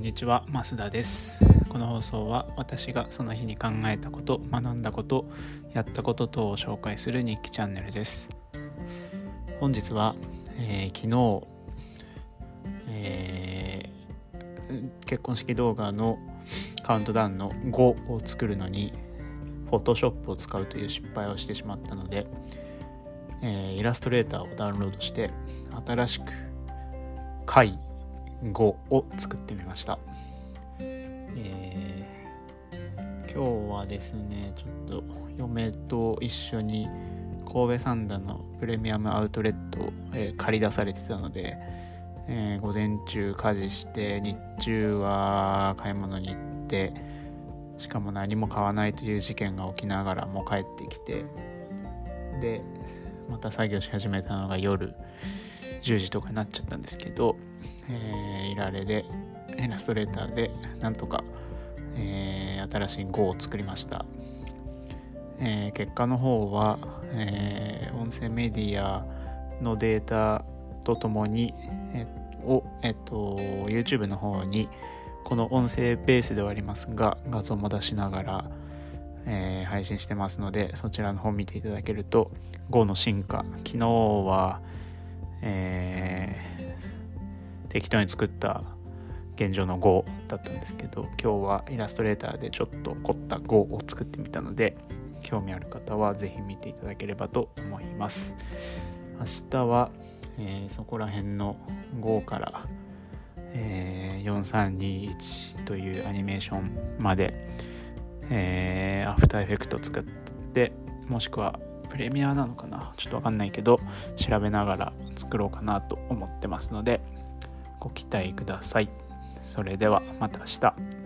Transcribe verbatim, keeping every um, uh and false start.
にちは、増田です。この放送は私がその日に考えたこと、学んだこと、やったこと等を紹介する日記チャンネルです。本日は、えー、昨日、えー、結婚式動画のカウントダウンのごを作るのに Photoshop を使うという失敗をしてしまったので、えー、イラストレーターをダウンロードして新しく回ごを作ってみました。えー、今日はですね、ちょっと嫁と一緒に神戸三田のプレミアムアウトレットを、えー、借り出されてたので、えー、午前中家事して日中は買い物に行って、しかも何も買わないという事件が起きながらも帰ってきて、でまた作業し始めたのが夜じゅうじとかになっちゃったんですけど、えー、いられでイラストレーターでなんとか、えー、新しいごを作りました。えー、結果の方は、えー、音声メディアのデータとともに、えー、を、えー、と YouTube の方にこの音声ベースではありますが画像も出しながら、えー、配信してますので、そちらの方見ていただけるとごの進化、昨日はえー、適当に作った現状のごだったんですけど、今日はイラストレーターでちょっと凝ったごを作ってみたので、興味ある方はぜひ見ていただければと思います。明日は、えー、そこら辺のごから、えー、よんさんにいちというアニメーションまで、えー、アフターエフェクト使って、もしくはプレミアなのかな、ちょっとわかんないけど調べながら作ろうかなと思ってますので、ご期待ください。それではまた明日。